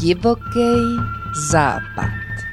Divoký západ.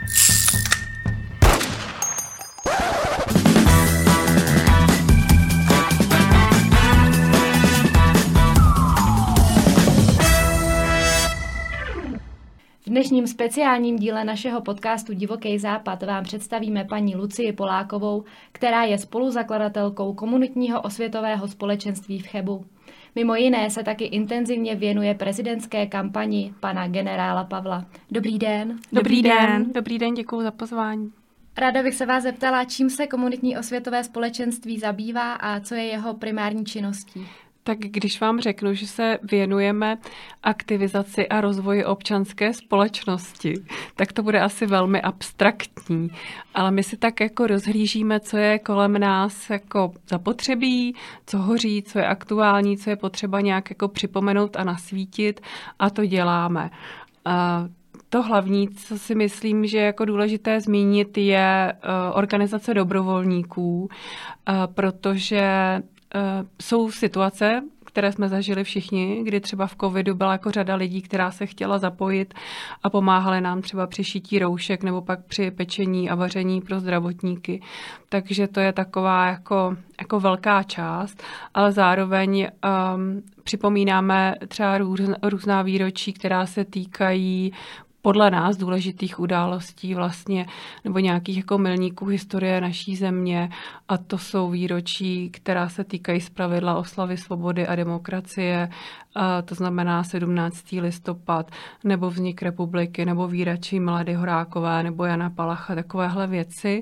V dnešním speciálním díle našeho podcastu Divoký západ vám představíme paní Lucii Polákovou, která je spoluzakladatelkou komunitního osvětového společenství v Chebu. Mimo jiné se taky intenzivně věnuje prezidentské kampani pana generála Pavla. Dobrý den. Dobrý den, děkuji za pozvání. Ráda bych se vás zeptala, čím se komunitní osvětové společenství zabývá a co je jeho primární činností. Tak když vám řeknu, že se věnujeme aktivizaci a rozvoji občanské společnosti, tak to bude asi velmi abstraktní. Ale my si tak jako rozhlížíme, co je kolem nás jako zapotřebí, co hoří, co je aktuální, co je potřeba nějak jako připomenout a nasvítit, a to děláme. To hlavní, co si myslím, že je jako důležité zmínit, je organizace dobrovolníků, protože jsou situace, které jsme zažili všichni, kdy třeba v covidu byla jako řada lidí, která se chtěla zapojit a pomáhali nám třeba při šití roušek nebo pak při pečení a vaření pro zdravotníky. Takže to je taková jako velká část, ale zároveň připomínáme třeba různá výročí, která se týkají podle nás důležitých událostí vlastně, nebo nějakých jako milníků historie naší země, a to jsou výročí, která se týkají zpravidla oslavy svobody a demokracie, to znamená 17. listopad, nebo vznik republiky, nebo výročí Milady Horákové, nebo Jana Palacha, takovéhle věci.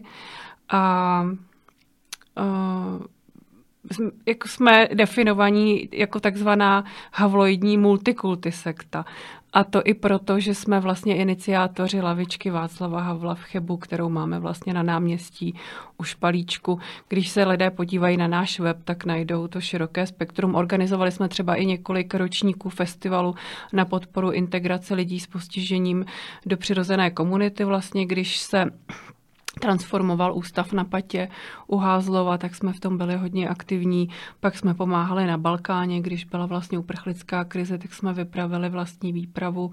Jako jsme definovaní jako takzvaná havloidní multikultisekta. A to i proto, že jsme vlastně iniciátoři lavičky Václava Havla v Chebu, kterou máme vlastně na náměstí u Špalíčku. Když se lidé podívají na náš web, tak najdou to široké spektrum. Organizovali jsme třeba i několik ročníků festivalu na podporu integrace lidí s postižením do přirozené komunity. Vlastně, když se transformoval ústav na Patě u Házlova, tak jsme v tom byli hodně aktivní. Pak jsme pomáhali na Balkáně, když byla vlastně uprchlická krize, tak jsme vypravili vlastní výpravu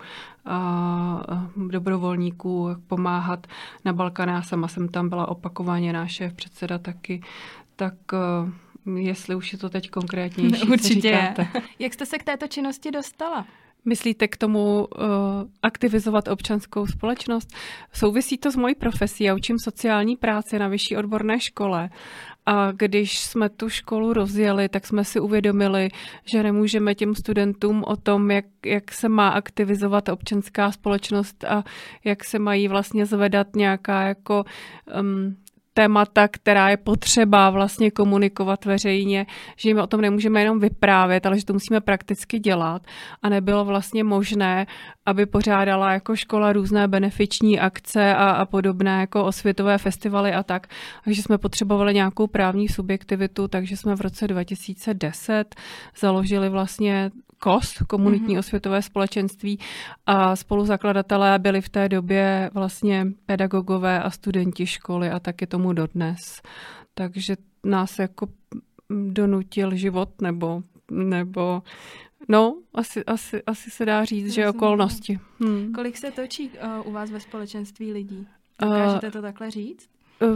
dobrovolníků pomáhat na Balkáně. Já sama jsem tam byla opakovaně, náš šéf předseda taky. Tak jestli už je to teď konkrétnější, určitě. Jak jste se k této činnosti dostala? Myslíte k tomu aktivizovat občanskou společnost? Souvisí to s mojí profesí. Já učím sociální práci na vyšší odborné škole. A když jsme tu školu rozjeli, tak jsme si uvědomili, že nemůžeme těm studentům o tom, jak se má aktivizovat občanská společnost a jak se mají vlastně zvedat nějaká jako témata, která je potřeba vlastně komunikovat veřejně, že jim o tom nemůžeme jenom vyprávět, ale že to musíme prakticky dělat. A nebylo vlastně možné, aby pořádala jako škola různé benefiční akce a podobné jako osvětové festivaly a tak. Takže jsme potřebovali nějakou právní subjektivitu, takže jsme v roce 2010 založili vlastně KOS, komunitní osvětové společenství, a spoluzakladatelé byli v té době vlastně pedagogové a studenti školy a taky tomu dodnes. Takže nás jako donutil život nebo no, asi se dá říct, že okolnosti. Kolik se točí u vás ve společenství lidí? Dokážete to takhle říct?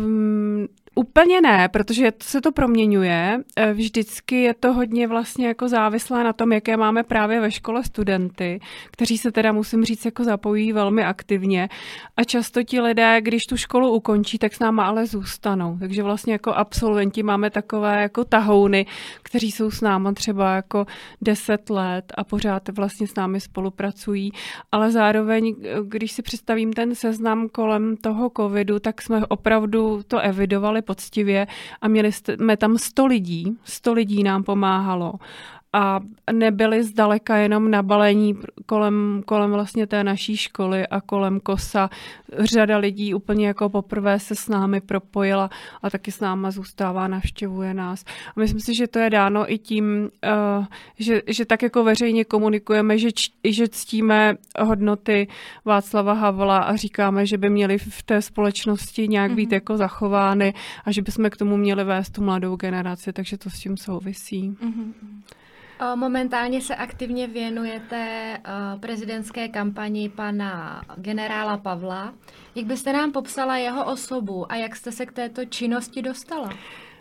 Úplně ne, protože se to proměňuje. Vždycky je to hodně vlastně jako závislé na tom, jaké máme právě ve škole studenty, kteří se teda, musím říct, jako zapojí velmi aktivně. A často ti lidé, když tu školu ukončí, tak s náma ale zůstanou. Takže vlastně jako absolventi máme takové jako tahouny, kteří jsou s náma třeba jako 10 let a pořád vlastně s námi spolupracují. Ale zároveň, když si představím ten seznam kolem toho covidu, tak jsme opravdu to evidovali poctivě a měli jsme tam 100 lidí nám pomáhalo. A nebyli zdaleka jenom nabalení kolem vlastně té naší školy a kolem KOSa. Řada lidí úplně jako poprvé se s námi propojila a taky s náma zůstává, navštěvuje nás. A myslím si, že to je dáno i tím, že tak jako veřejně komunikujeme, že ctíme hodnoty Václava Havla a říkáme, že by měly v té společnosti nějak být jako zachovány a že bychom k tomu měli vést tu mladou generaci, takže to s tím souvisí. Momentálně se aktivně věnujete prezidentské kampani pana generála Pavla. Jak byste nám popsala jeho osobu a jak jste se k této činnosti dostala?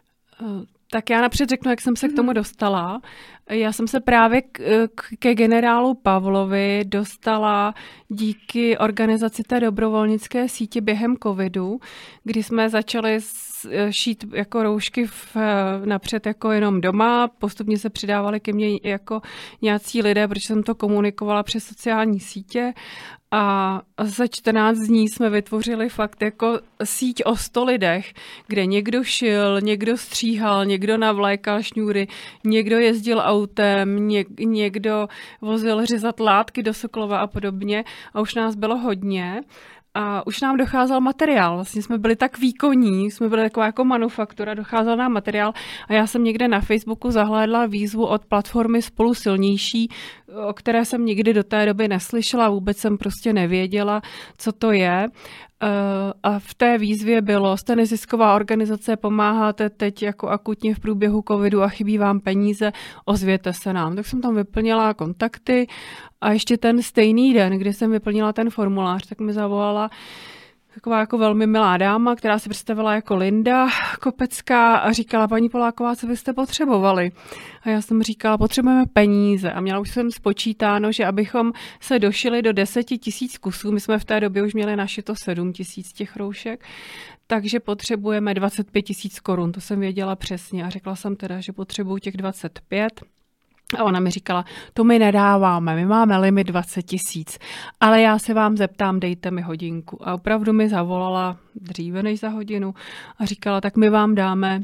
Tak já napřed řeknu, jak jsem se k tomu dostala. Já jsem se právě ke generálu Pavlovi dostala díky organizaci té dobrovolnické sítě během covidu, kdy jsme začali šít jako roušky napřed jako jenom doma, postupně se přidávali ke mně jako nějací lidé, protože jsem to komunikovala přes sociální sítě a za 14 dní jsme vytvořili fakt jako síť o 100 lidech, kde někdo šil, někdo stříhal, někdo navlékal šňůry, někdo jezdil autem, někdo vozil řezat látky do Sokolova a podobně a už nás bylo hodně. A už nám docházel materiál, vlastně jsme byli tak výkonní, jsme byli taková jako manufaktura, docházel nám materiál a já jsem někde na Facebooku zahlédla výzvu od platformy Spolu silnější, o které jsem nikdy do té doby neslyšela, vůbec jsem prostě nevěděla, co to je. A v té výzvě bylo, jste nezisková organizace, pomáháte teď jako akutně v průběhu covidu a chybí vám peníze, ozvěte se nám. Tak jsem tam vyplnila kontakty a ještě ten stejný den, kdy jsem vyplnila ten formulář, tak mi zavolala taková jako velmi milá dáma, která se představila jako Linda Kopecká a říkala, paní Poláková, co byste potřebovali? A já jsem říkala, potřebujeme peníze. A měla už jsem spočítáno, že abychom se došili do 10 000 kusů, my jsme v té době už měli našito 7 000 těch roušek, takže potřebujeme 25 000 korun, to jsem věděla přesně. A řekla jsem teda, že potřebuju těch 25. A ona mi říkala, to my nedáváme, my máme limit 20 000, ale já se vám zeptám, dejte mi hodinku. A opravdu mi zavolala dříve než za hodinu a říkala, tak my vám dáme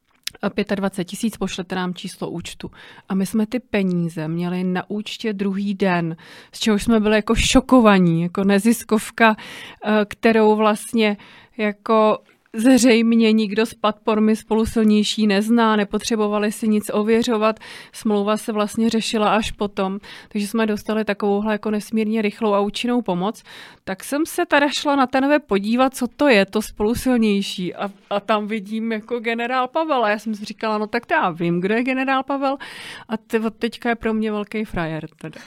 25 000, pošlete nám číslo účtu. A my jsme ty peníze měli na účtě druhý den, z čehož jsme byli jako šokovaní, jako neziskovka, kterou vlastně jako zřejmě nikdo z platformy Spolu silnější nezná, nepotřebovali si nic ověřovat, smlouva se vlastně řešila až potom, takže jsme dostali takovouhle jako nesmírně rychlou a účinnou pomoc. Tak jsem se teda šla na ten web podívat, co to je, to Spolu silnější a tam vidím jako generál Pavel a já jsem si říkala, no tak to já vím, kdo je generál Pavel a od teďka je pro mě velký frajer teda.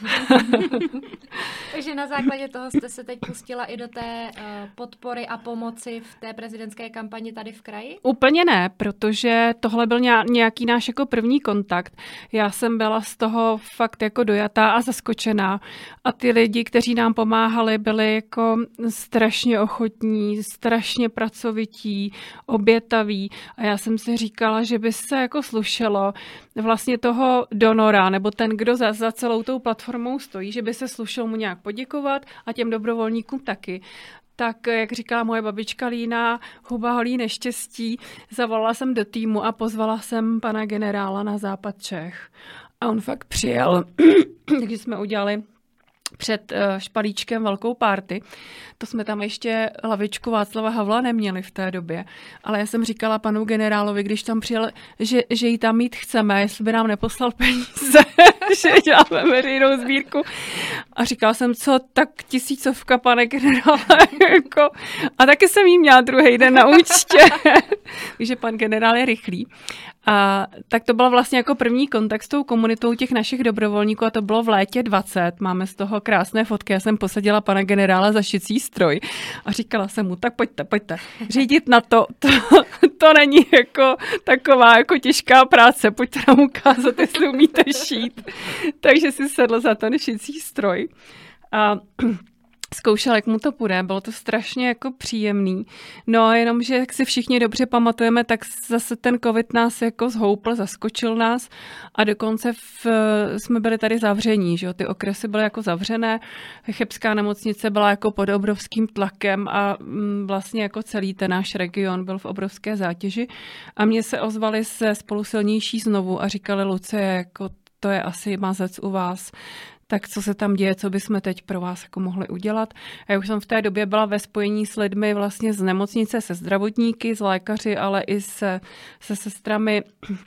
Takže na základě toho jste se teď pustila i do té podpory a pomoci v té prezidentské kampani tady v kraji? Úplně ne, protože tohle byl nějaký náš jako první kontakt. Já jsem byla z toho fakt jako dojatá a zaskočená a ty lidi, kteří nám pomáhali, byli jako strašně ochotní, strašně pracovití, obětaví a já jsem si říkala, že by se jako slušelo vlastně toho donora nebo ten, kdo za celou tou platformou stojí, že by se slušelo mu nějak poděkovat a těm dobrovolníkům taky. Tak, jak říkala moje babička Lína, huba holí neštěstí, zavolala jsem do týmu a pozvala jsem pana generála na západ Čech. A on fakt přijel, takže jsme udělali před Špalíčkem velkou party. To jsme tam ještě lavičku Václava Havla neměli v té době. Ale já jsem říkala panu generálovi, když tam přijel, že ji tam mít chceme, jestli by nám neposlal peníze, že děláme veřejnou sbírku. A říkala jsem, co, tak 1000, pane generále. Jako. A taky jsem jí měla druhý den na účtě. Takže pan generál je rychlý. A tak to byl vlastně jako první kontakt s tou komunitou těch našich dobrovolníků a to bylo v létě 20. Máme z toho krásné fotky. Já jsem posadila pana generála za šicí stroj a říkala jsem mu, tak pojďte. Řídit na to není jako taková jako těžká práce. Pojďte nám ukázat, jestli umíte šít. Takže si sedl za ten šicí stroj a zkoušel, jak mu to půjde, bylo to strašně jako příjemný. No jenomže, jak si všichni dobře pamatujeme, tak zase ten covid nás jako zhoupl, zaskočil nás a dokonce jsme byli tady zavření, že jo? Ty okresy byly jako zavřené, Chebská nemocnice byla jako pod obrovským tlakem a vlastně jako celý ten náš region byl v obrovské zátěži a mě se ozvali se Spolu silnější znovu a říkali, Lucie, jako to je asi mazec u vás. Tak co se tam děje, co bychom teď pro vás jako mohli udělat. Já už jsem v té době byla ve spojení s lidmi vlastně z nemocnice, se zdravotníky, s lékaři, ale i se sestrami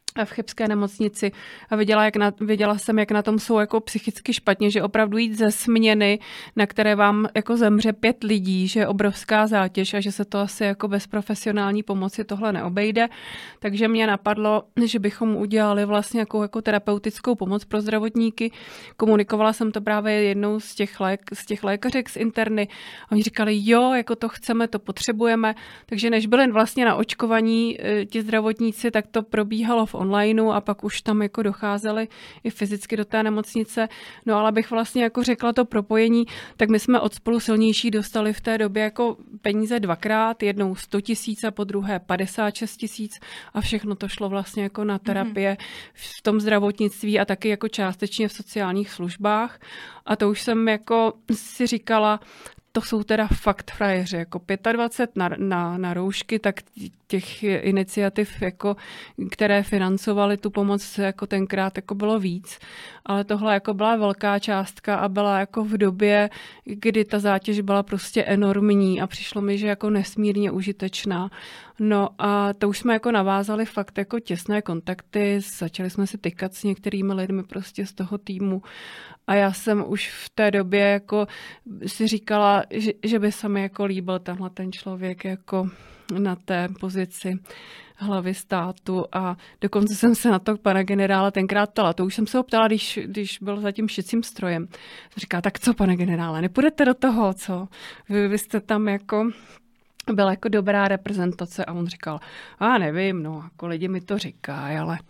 v chebské nemocnici a viděla jsem, jak na tom jsou jako psychicky špatně, že opravdu jít ze směny, na které vám jako zemře 5 lidí, že je obrovská zátěž a že se to asi jako bez profesionální pomoci tohle neobejde. Takže mě napadlo, že bychom udělali vlastně jako terapeutickou pomoc pro zdravotníky. Komunikovala jsem to právě jednou z těch lékařek z interny a oni říkali, jo, jako to chceme, to potřebujeme. Takže než byli vlastně na očkovaní ti zdravotníci, tak to probíhalo v onlineu a pak už tam jako docházeli i fyzicky do té nemocnice. No ale bych vlastně jako řekla to propojení, tak my jsme od Spolu silnější dostali v té době jako peníze 2krát, jednou 100 000 a po druhé 56 000 a všechno to šlo vlastně jako na terapie v tom zdravotnictví a taky jako částečně v sociálních službách. A to už jsem jako si říkala, to jsou teda fakt frajeři, jako 25 na roušky, tak těch iniciativ, jako, které financovaly tu pomoc, jako tenkrát jako bylo víc. Ale tohle jako byla velká částka a byla jako v době, kdy ta zátěž byla prostě enormní a přišlo mi, že jako nesmírně užitečná. No a to už jsme jako navázali fakt jako těsné kontakty, začali jsme si tykat s některými lidmi prostě z toho týmu a já jsem už v té době jako si říkala, že by se mi jako líbil tenhle ten člověk jako na té pozici hlavy státu a dokonce jsem se na to pana generála tenkrát ptala. To už jsem se ho ptala, když byl za tím šicím strojem. Říká, tak co, pane generále, nepůjdete do toho, co? Vy jste tam jako byla jako dobrá reprezentace a on říkal, nevím, no, jako lidi mi to říkají, ale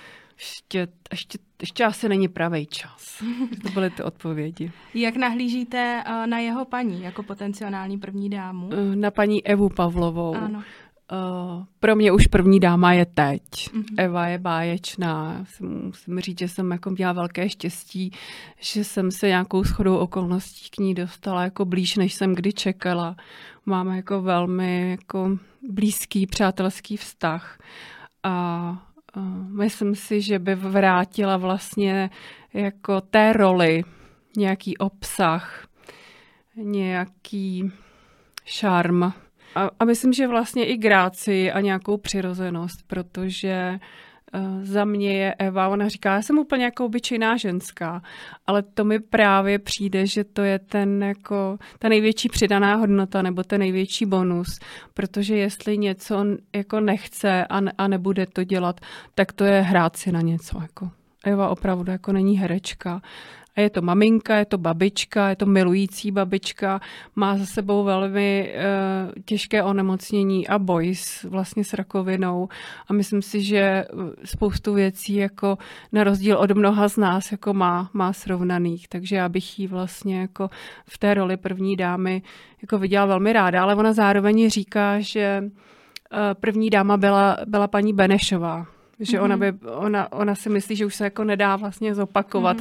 ještě asi není pravý čas. To byly ty odpovědi. Jak nahlížíte na jeho paní jako potenciální první dámu? Na paní Evu Pavlovou. Ano. Pro mě už první dáma je teď. Eva je báječná. Musím říct, že jsem jako měla velké štěstí, že jsem se nějakou shodou okolností k ní dostala jako blíž, než jsem kdy čekala. Máme jako velmi jako blízký přátelský vztah. A myslím si, že by vrátila vlastně jako té roli nějaký obsah, nějaký šarm. A myslím, že vlastně i grácii a nějakou přirozenost, protože za mě je Eva, ona říká, já jsem úplně jako obyčejná ženská, ale to mi právě přijde, že to je ta největší přidaná hodnota nebo ten největší bonus, protože jestli něco jako nechce a nebude to dělat, tak to je hrát si na něco. Jako. Eva opravdu jako není herečka. A je to maminka, je to babička, je to milující babička, má za sebou velmi těžké onemocnění a boj vlastně s rakovinou. A myslím si, že spoustu věcí jako na rozdíl od mnoha z nás jako má srovnaných. Takže já bych jí vlastně jako v té roli první dámy jako viděla velmi ráda. Ale ona zároveň říká, že první dáma byla paní Benešová. Že ona si myslí, že už se jako nedá vlastně zopakovat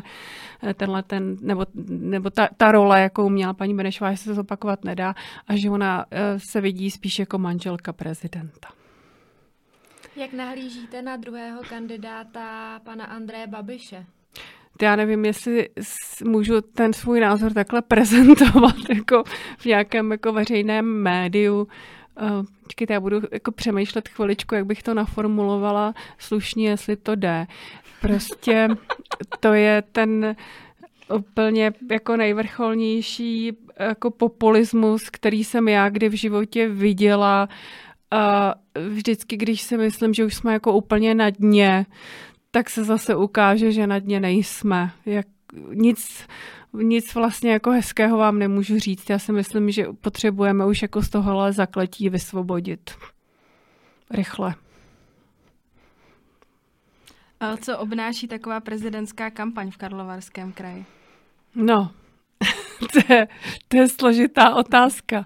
nebo ta role, jakou měla paní Benešová, že se zopakovat nedá a že ona se vidí spíš jako manželka prezidenta. Jak nahlížíte na druhého kandidáta, pana Andreje Babiše? Já nevím, jestli můžu ten svůj názor takhle prezentovat jako v nějakém jako veřejném médiu. Počkejte, já budu jako přemýšlet chviličku, jak bych to naformulovala slušně, jestli to jde. Prostě to je ten úplně jako nejvrcholnější jako populismus, který jsem já kdy v životě viděla. A vždycky, když si myslím, že už jsme jako úplně na dně, tak se zase ukáže, že na dně nejsme. Nic vlastně jako hezkého vám nemůžu říct. Já si myslím, že potřebujeme už jako z tohohle zakletí vysvobodit. Rychle. A co obnáší taková prezidentská kampaň v Karlovarském kraji? No, to je složitá otázka.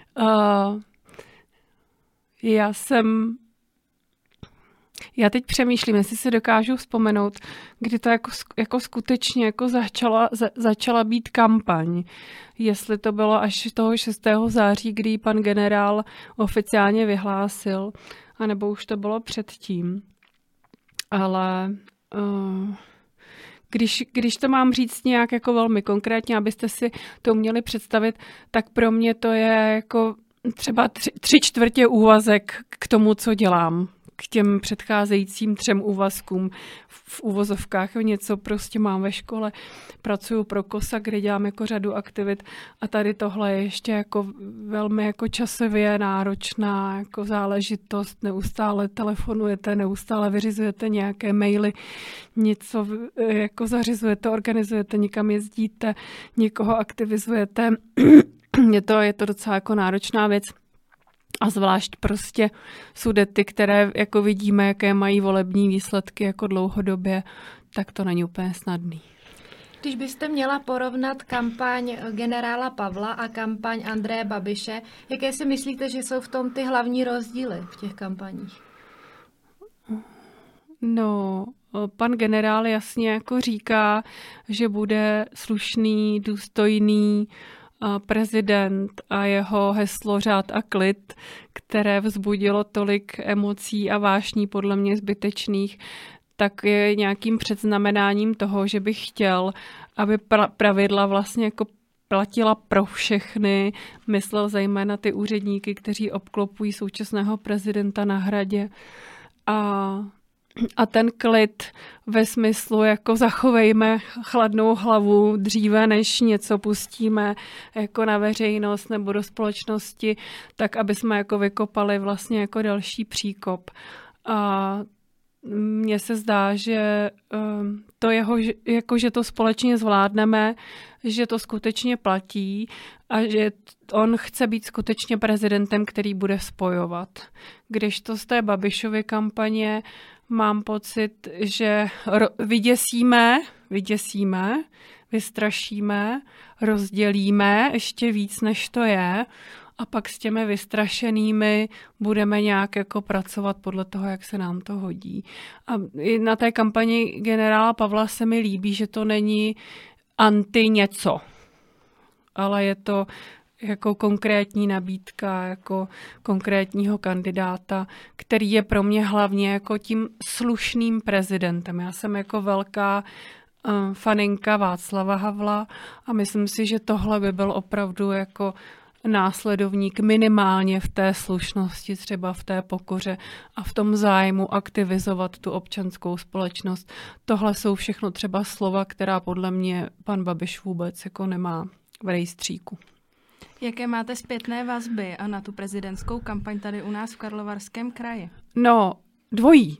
Já teď přemýšlím, jestli si dokážu vzpomenout, kdy to jako skutečně jako začala být kampaň. Jestli to bylo až toho 6. září, kdy pan generál oficiálně vyhlásil, anebo už to bylo předtím. Ale když to mám říct nějak jako velmi konkrétně, abyste si to uměli představit, tak pro mě to je jako třeba 3/4 úvazek k tomu, co dělám. k těm předcházejícím 3 úvazkům v uvozovkách něco prostě mám ve škole, pracuju pro KOSA, kde dělám jako řadu aktivit a tady tohle je ještě jako velmi jako časově náročná jako záležitost, neustále telefonujete, neustále vyřizujete nějaké maily, něco jako zařizujete, organizujete, někam jezdíte, někoho aktivizujete. Je to docela jako náročná věc. A zvlášť prostě Sudety, které jako vidíme, jaké mají volební výsledky jako dlouhodobě, tak to není úplně snadný. Když byste měla porovnat kampaň generála Pavla a kampaň Andreje Babiše, jaké si myslíte, že jsou v tom ty hlavní rozdíly v těch kampaních? No, pan generál jasně jako říká, že bude slušný, důstojný prezident a jeho heslo řád a klid, které vzbudilo tolik emocí a vášní podle mě zbytečných, tak je nějakým předznamenáním toho, že bych chtěl, aby pravidla vlastně jako platila pro všechny, myslel zejména ty úředníky, kteří obklopují současného prezidenta na Hradě. A ten klid ve smyslu, jako zachovejme chladnou hlavu dříve, než něco pustíme jako na veřejnost nebo do společnosti, tak aby jsme jako vykopali vlastně jako další příkop. A mně se zdá, že že to společně zvládneme, že to skutečně platí a že on chce být skutečně prezidentem, který bude spojovat. Když to z té Babišovy kampaně mám pocit, že vyděsíme, vystrašíme, rozdělíme ještě víc, než to je, a pak s těmi vystrašenými budeme nějak jako pracovat podle toho, jak se nám to hodí. A i na té kampani generála Pavla se mi líbí, že to není anti něco, ale je to jako konkrétní nabídka, jako konkrétního kandidáta, který je pro mě hlavně jako tím slušným prezidentem. Já jsem jako velká faninka Václava Havla a myslím si, že tohle by byl opravdu jako následovník minimálně v té slušnosti, třeba v té pokoře a v tom zájmu aktivizovat tu občanskou společnost. Tohle jsou všechno třeba slova, která podle mě pan Babiš vůbec jako nemá v rejstříku. Jaké máte zpětné vazby a na tu prezidentskou kampaň tady u nás v Karlovarském kraji? No, dvojí.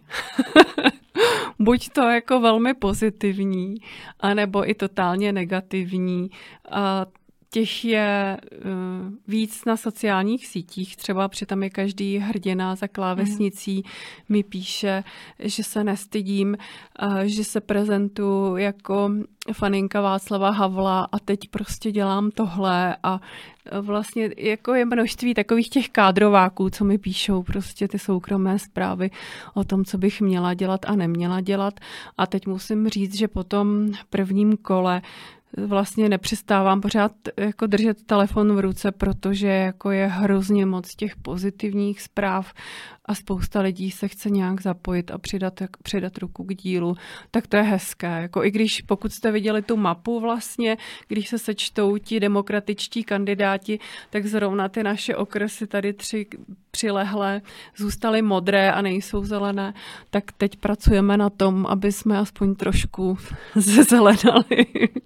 Buď to jako velmi pozitivní, anebo i totálně negativní. Těch je víc na sociálních sítích, třeba přitom je každý hrdina za klávesnicí mi píše, že se nestydím, že se prezentuju jako faninka Václava Havla a teď prostě dělám tohle a vlastně jako je množství takových těch kádrováků, co mi píšou prostě ty soukromé zprávy o tom, co bych měla dělat a neměla dělat. A teď musím říct, že po tom prvním kole vlastně nepřestávám pořád jako držet telefon v ruce, protože jako je hrozně moc těch pozitivních zpráv a spousta lidí se chce nějak zapojit a přidat ruku k dílu, tak to je hezké. Jako i když, pokud jste viděli tu mapu vlastně, když se sečtou ti demokratičtí kandidáti, tak zrovna ty naše okresy tady 3 přilehlé zůstaly modré a nejsou zelené, tak teď pracujeme na tom, aby jsme aspoň trošku zezelenali.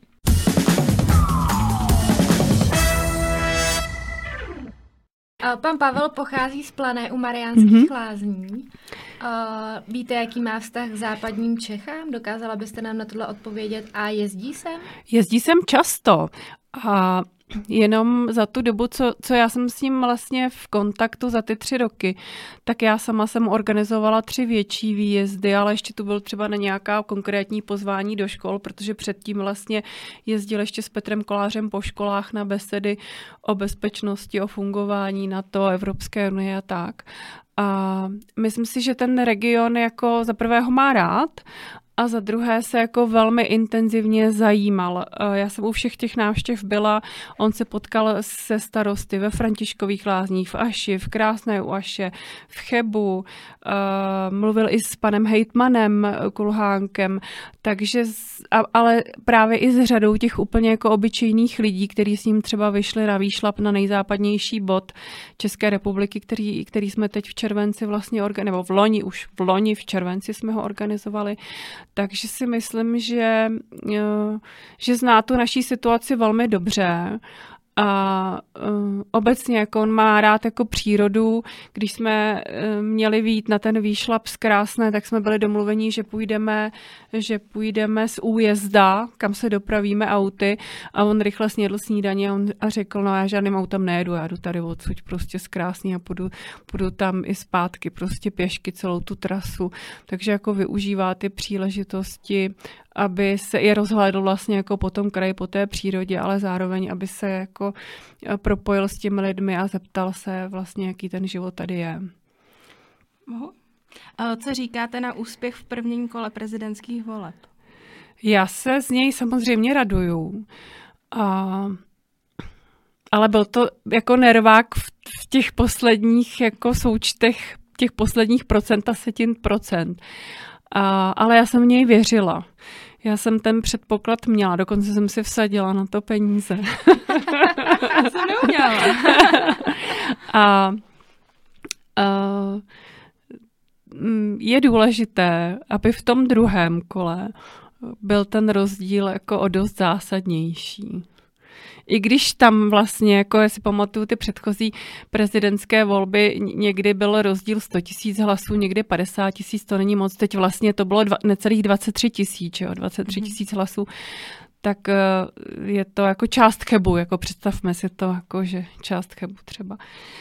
Pan Pavel pochází z Plané u Mariánských Lázní. Víte, jaký má vztah k západním Čechám? Dokázala byste nám na tohle odpovědět? A jezdí sem? Jezdí sem často. A jenom za tu dobu, co já jsem s ním vlastně v kontaktu za ty 3 roky, tak já sama jsem organizovala 3 větší výjezdy, ale ještě tu byl třeba na nějaká konkrétní pozvání do škol, protože předtím vlastně jezdil ještě s Petrem Kolářem po školách na besedy o bezpečnosti, o fungování NATO, Evropské unie a tak. A myslím si, že ten region jako za prvé ho má rád a za druhé se jako velmi intenzivně zajímal. Já jsem u všech těch návštěv byla, on se potkal se starosty ve Františkových Lázních, v Aši, v Krásné u Aše, v Chebu, mluvil i s panem hejtmanem Kulhánkem, Takže, ale právě i s řadou těch úplně jako obyčejných lidí, kteří s ním třeba vyšli na výšlap na nejzápadnější bod České republiky, který jsme teď v červenci vlastně nebo v loni v červenci jsme ho organizovali. Takže si myslím, že zná tu naší situaci velmi dobře. A obecně jako on má rád jako přírodu. Když jsme měli vyjít na ten výšlap z Krásné, tak jsme byli domluveni, že půjdeme z Újezda, kam se dopravíme auty, a on rychle snědl snídaně a řekl, no já žádným autem nejedu, já jdu tady odsud prostě z Krásné a půjdu tam i zpátky prostě pěšky celou tu trasu. Takže jako využívá ty příležitosti, aby se i rozhlédl vlastně jako po tom kraji, po té přírodě, ale zároveň, aby se jako propojil s těmi lidmi a zeptal se vlastně, jaký ten život tady je. Co říkáte na úspěch v prvním kole prezidentských voleb? Já se z něj samozřejmě raduju. Ale byl to jako nervák v těch posledních jako součtech, těch posledních procent. Ale já jsem v něj věřila. Já jsem ten předpoklad měla, dokonce jsem si vsadila na to peníze. Já jsem neudělala. Je důležité, aby v tom druhém kole byl ten rozdíl jako o dost zásadnější. I když tam vlastně, jako já si pamatuju ty předchozí prezidentské volby, někdy byl rozdíl 100 000 hlasů, někdy 50 000, to není moc, teď vlastně to bylo necelých 23 000, 23 000 hlasů, tak je to jako část Chebu, jako představme si to, jako že část Chebu třeba.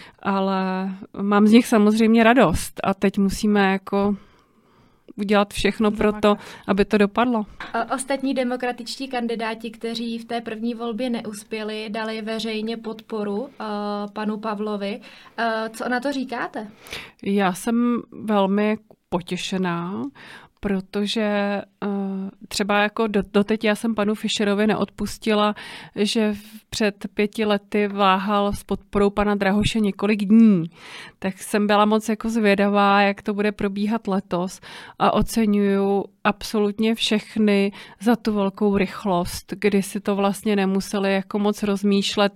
Ale mám z nich samozřejmě radost a teď musíme jako udělat všechno pro to, aby to dopadlo. Ostatní demokratičtí kandidáti, kteří v té první volbě neuspěli, dali veřejně podporu panu Pavlovi. Co na to říkáte? Já jsem velmi potěšená, protože třeba jako doteď já jsem panu Fischerovi neodpustila, že před 5 lety váhal s podporou pana Drahoše několik dní. Tak jsem byla moc jako zvědavá, jak to bude probíhat letos a oceňuju absolutně všechny za tu velkou rychlost, kdy si to vlastně nemuseli jako moc rozmýšlet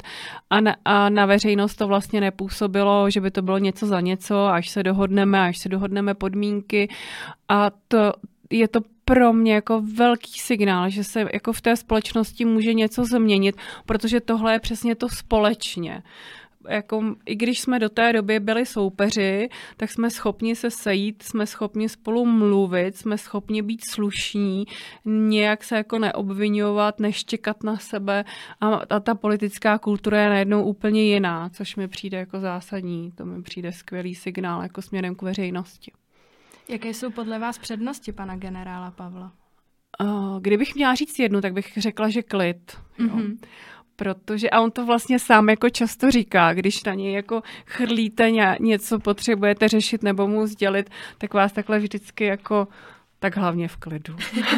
a na veřejnost to vlastně nepůsobilo, že by to bylo něco za něco, až se dohodneme podmínky a je to pro mě jako velký signál, že se jako v té společnosti může něco změnit, protože tohle je přesně to společně. Jako, i když jsme do té doby byli soupeři, tak jsme schopni se sejít, jsme schopni spolu mluvit, jsme schopni být slušní, nějak se jako neobvinovat, neštěkat na sebe a ta politická kultura je najednou úplně jiná, což mi přijde jako zásadní. To mi přijde skvělý signál jako směrem k veřejnosti. Jaké jsou podle vás přednosti pana generála Pavla? Kdybych měla říct jednu, tak bych řekla, že klid. Mm-hmm. Protože, a on to vlastně sám jako často říká, když na něj jako chrlíte něco potřebujete řešit nebo mu sdělit, tak vás takhle vždycky jako tak hlavně v klidu.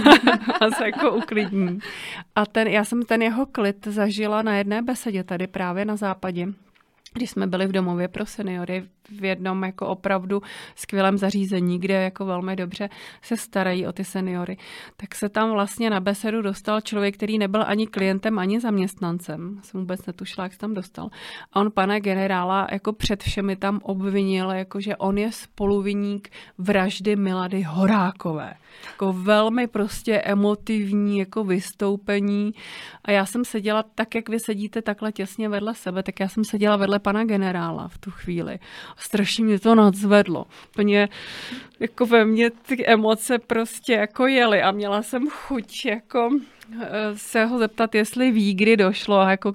A se jako uklidní. A já jsem ten jeho klid zažila na jedné besedě tady právě na Západě, když jsme byli v domově pro seniory v jednom jako opravdu skvělém zařízení, kde jako velmi dobře se starají o ty seniory, tak se tam vlastně na besedu dostal člověk, který nebyl ani klientem, ani zaměstnancem. Jsem vůbec netušila, jak se tam dostal. A on pana generála jako před všemi tam obvinil, jako že on je spoluviník vraždy Milady Horákové. Jako velmi prostě emotivní jako vystoupení. A já jsem seděla tak, jak vy sedíte takhle těsně vedle sebe, tak já jsem seděla vedle pana generála v tu chvíli. Strašně mě to nadzvedlo. Plně jako ve mně ty emoce prostě jako jely a měla jsem chuť jako se ho zeptat, jestli ví, kdy došlo jako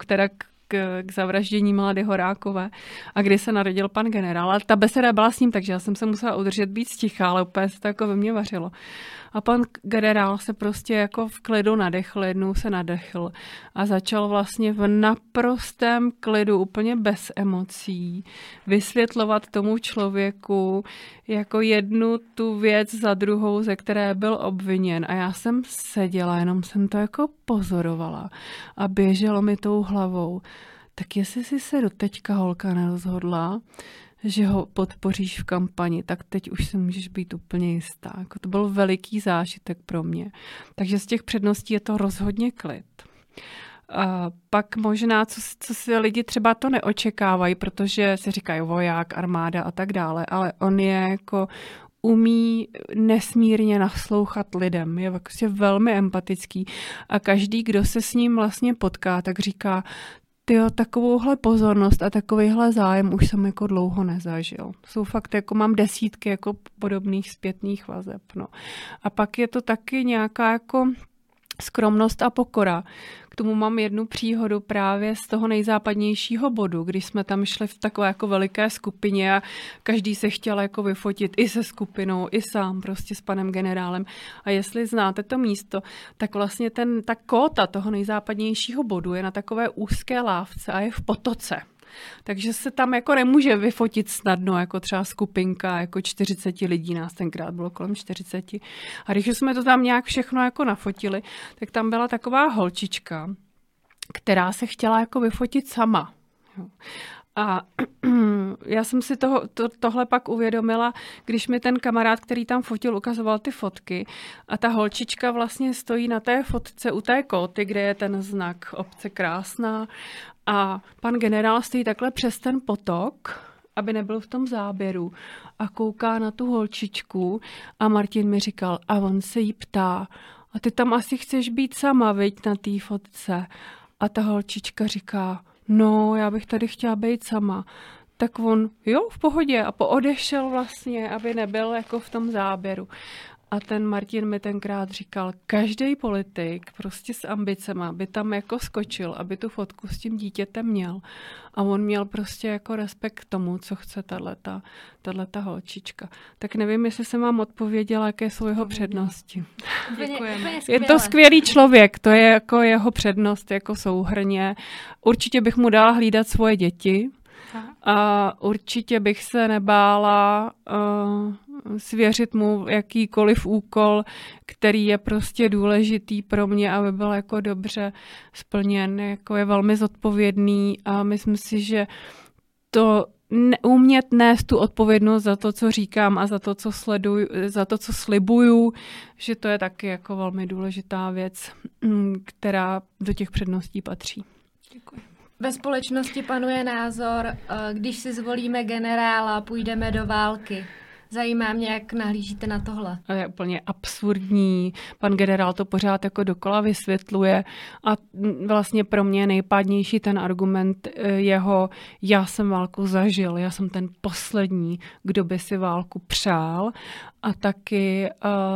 k zavraždění Milady Horákové a kdy se narodil pan generál. Ale ta beseda byla s ním, takže já jsem se musela udržet být sticha, ale úplně se to jako ve mně vařilo. A pan generál se prostě jako v klidu nadechl, jednou se nadechl a začal vlastně v naprostém klidu, úplně bez emocí, vysvětlovat tomu člověku jako jednu tu věc za druhou, ze které byl obviněn. A já jsem seděla, jenom jsem to jako pozorovala a běželo mi tou hlavou. Tak jestli si se doteďka holka nerozhodla, že ho podpoříš v kampani, tak teď už si můžeš být úplně jistá. Jako to byl veliký zážitek pro mě. Takže z těch předností je to rozhodně klid. A pak možná, co si lidi třeba to neočekávají, protože si říkají voják, armáda a tak dále, ale on je jako umí nesmírně naslouchat lidem, je vlastně velmi empatický a každý, kdo se s ním vlastně potká, tak říká, tyjo, takovouhle pozornost a takovýhle zájem už jsem jako dlouho nezažil. Jsou fakt, jako mám desítky jako podobných zpětných vazeb. No. A pak je to taky nějaká jako skromnost a pokora. K tomu mám jednu příhodu právě z toho nejzápadnějšího bodu, když jsme tam šli v takové jako veliké skupině a každý se chtěl jako vyfotit i se skupinou, i sám prostě s panem generálem. A jestli znáte to místo, tak vlastně ta kóta toho nejzápadnějšího bodu je na takové úzké lávce a je v potoce. Takže se tam jako nemůže vyfotit snadno, jako třeba skupinka, jako 40 lidí, nás tenkrát bylo kolem 40. A když jsme to tam nějak všechno jako nafotili, tak tam byla taková holčička, která se chtěla jako vyfotit sama. A já jsem si tohle pak uvědomila, když mi ten kamarád, který tam fotil, ukazoval ty fotky a ta holčička vlastně stojí na té fotce u té kóty, kde je ten znak obce krásná a pan generál stojí takhle přes ten potok, aby nebyl v tom záběru a kouká na tu holčičku a Martin mi říkal a on se jí ptá a ty tam asi chceš být sama, viď, na té fotce. A ta holčička říká, no, já bych tady chtěla být sama. Tak on, jo, v pohodě. A poodešel vlastně, aby nebyl jako v tom záběru. A ten Martin mi tenkrát říkal, každý politik prostě s ambicema by tam jako skočil, aby tu fotku s tím dítětem měl. A on měl prostě jako respekt k tomu, co chce tato holčička. Tak nevím, jestli jsem vám odpověděla, jaké jsou jeho přednosti. Děkujeme. Je to skvělý člověk, to je jako jeho přednost jako souhrnně. Určitě bych mu dala hlídat svoje děti a určitě bych se nebála svěřit mu jakýkoliv úkol, který je prostě důležitý pro mě, aby byl jako dobře splněn. Jako je velmi zodpovědný a myslím si, že to umět nést tu odpovědnost za to, co říkám a za to, co sleduju, za to, co slibuju, že to je taky jako velmi důležitá věc, která do těch předností patří. Děkuji. Ve společnosti panuje názor, když si zvolíme generála, půjdeme do války. Zajímá mě, jak nahlížíte na tohle. To je úplně absurdní. Pan generál to pořád jako dokola vysvětluje a vlastně pro mě nejpádnější ten argument jeho, já jsem válku zažil, já jsem ten poslední, kdo by si válku přál a taky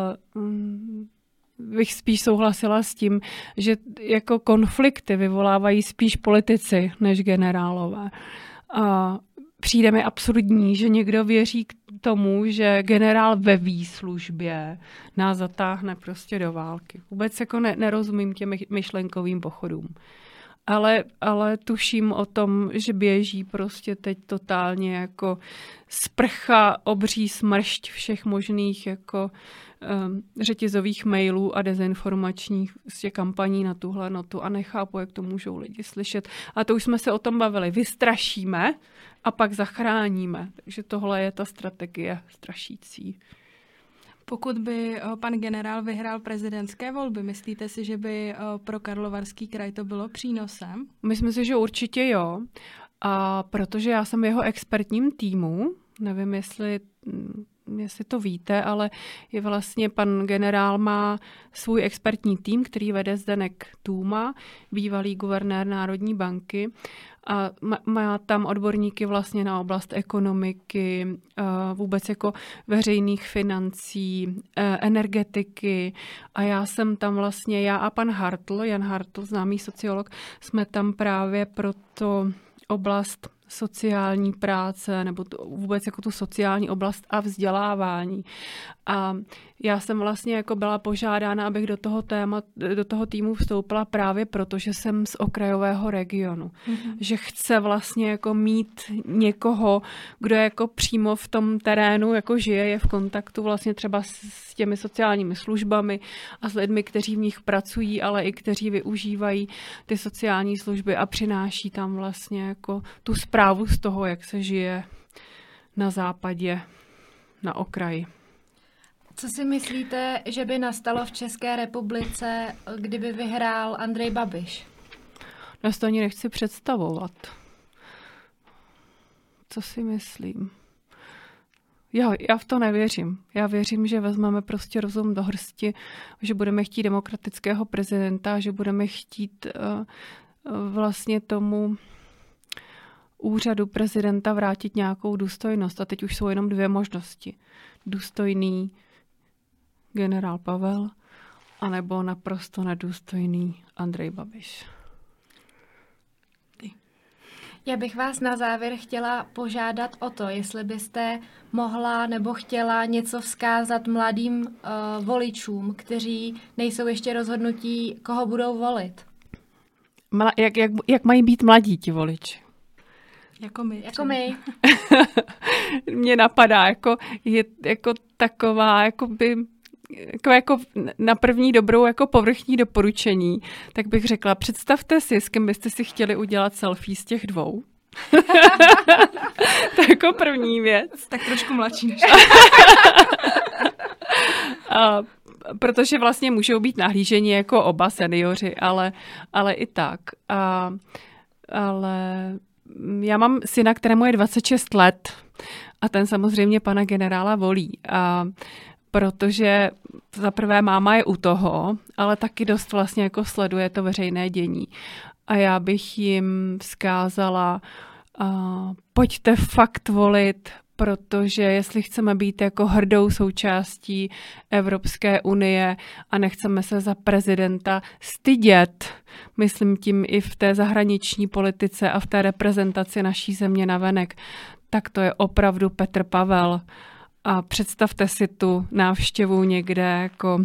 bych spíš souhlasila s tím, že jako konflikty vyvolávají spíš politici než generálové. A přijde mi absurdní, že někdo věří k tomu, že generál ve výslužbě nás zatáhne prostě do války. Vůbec jako nerozumím těm myšlenkovým pochodům. Ale tuším o tom, že běží prostě teď totálně jako sprcha, obří smršť všech možných jako řetězových mailů a dezinformačních kampaní na tuhle notu a nechápu, jak to můžou lidi slyšet. A to už jsme se o tom bavili. Vystrašíme a pak zachráníme. Takže tohle je ta strategie strašící. Pokud by pan generál vyhrál prezidentské volby, myslíte si, že by pro Karlovarský kraj to bylo přínosem? Myslím si, že určitě jo. A protože já jsem v jeho expertním týmu, nevím, jestli to víte, ale je vlastně pan generál má svůj expertní tým, který vede Zdeněk Tůma, bývalý guvernér Národní banky a má tam odborníky vlastně na oblast ekonomiky, vůbec jako veřejných financí, energetiky a já jsem tam vlastně, já a pan Hartl, Jan Hartl, známý sociolog, jsme tam právě pro to oblast sociální práce nebo vůbec jako tu sociální oblast a vzdělávání. A já jsem vlastně jako byla požádána, abych do toho týmu vstoupila právě proto, že jsem z okrajového regionu. Mm-hmm. Že chce vlastně jako mít někoho, kdo jako přímo v tom terénu jako žije, je v kontaktu vlastně třeba s těmi sociálními službami a s lidmi, kteří v nich pracují, ale i kteří využívají ty sociální služby a přináší tam vlastně jako tu zprávu z toho, jak se žije na západě, na okraji. Co si myslíte, že by nastalo v České republice, kdyby vyhrál Andrej Babiš? Já si to ani nechci představovat. Co si myslím? Já v to nevěřím. Já věřím, že vezmeme prostě rozum do hrsti, že budeme chtít demokratického prezidenta, že budeme chtít vlastně tomu úřadu prezidenta vrátit nějakou důstojnost. A teď už jsou jenom 2 možnosti. Důstojný generál Pavel, anebo naprosto nedůstojný Andrej Babiš. Já bych vás na závěr chtěla požádat o to, jestli byste mohla nebo chtěla něco vzkázat mladým voličům, kteří nejsou ještě rozhodnutí, koho budou volit. Jak mají být mladí ti voliči? Jako my. Jako my. Mně napadá, je taková, jako na první dobrou jako povrchní doporučení, tak bych řekla, představte si, s kým byste si chtěli udělat selfie z těch 2. To je jako první věc. Tak trošku mladší než. Protože vlastně můžou být nahlíženi jako oba seniori, ale i tak. Ale já mám syna, kterému je 26 let a ten samozřejmě pana generála volí. Protože za prvé máma je u toho, ale taky dost vlastně jako sleduje to veřejné dění. A já bych jim vzkázala, pojďte fakt volit, protože jestli chceme být jako hrdou součástí Evropské unie a nechceme se za prezidenta stydět, myslím tím i v té zahraniční politice a v té reprezentaci naší země navenek, tak to je opravdu Petr Pavel. A představte si tu návštěvu někde jako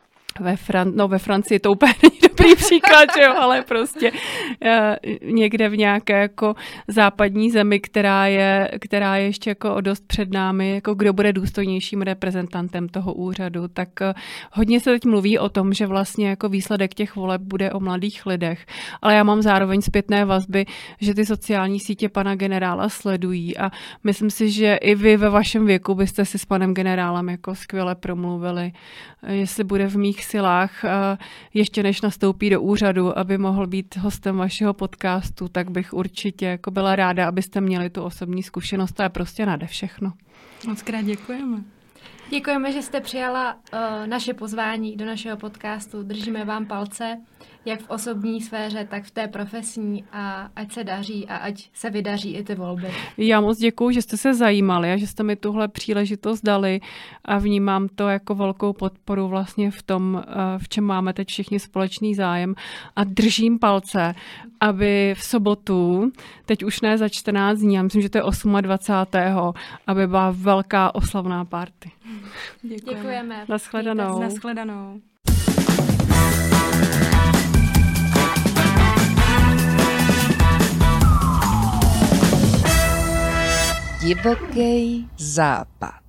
ve Francii to úplně není dobrý příklad, že jo, ale prostě někde v nějaké jako západní zemi, která je ještě jako o dost před námi, jako kdo bude důstojnějším reprezentantem toho úřadu, tak hodně se teď mluví o tom, že vlastně jako výsledek těch voleb bude o mladých lidech, ale já mám zároveň zpětné vazby, že ty sociální sítě pana generála sledují a myslím si, že i vy ve vašem věku byste si s panem generálem jako skvěle promluvili, jestli bude v mých silách ještě než nastoupí do úřadu, aby mohl být hostem vašeho podcastu, tak bych určitě jako byla ráda, abyste měli tu osobní zkušenost. To je prostě nade všechno. Mockrát děkujeme. Děkujeme, že jste přijala naše pozvání do našeho podcastu. Držíme vám palce, jak v osobní sféře, tak v té profesní a ať se daří a ať se vydaří i ty volby. Já moc děkuju, že jste se zajímali a že jste mi tuhle příležitost dali a vnímám to jako velkou podporu vlastně v tom, v čem máme teď všichni společný zájem a držím palce, aby v sobotu, teď už ne za 14 dní, já myslím, že to je 28. aby byla velká oslavná party. Děkujeme. Nashledanou. Nashledanou. Divoký západ.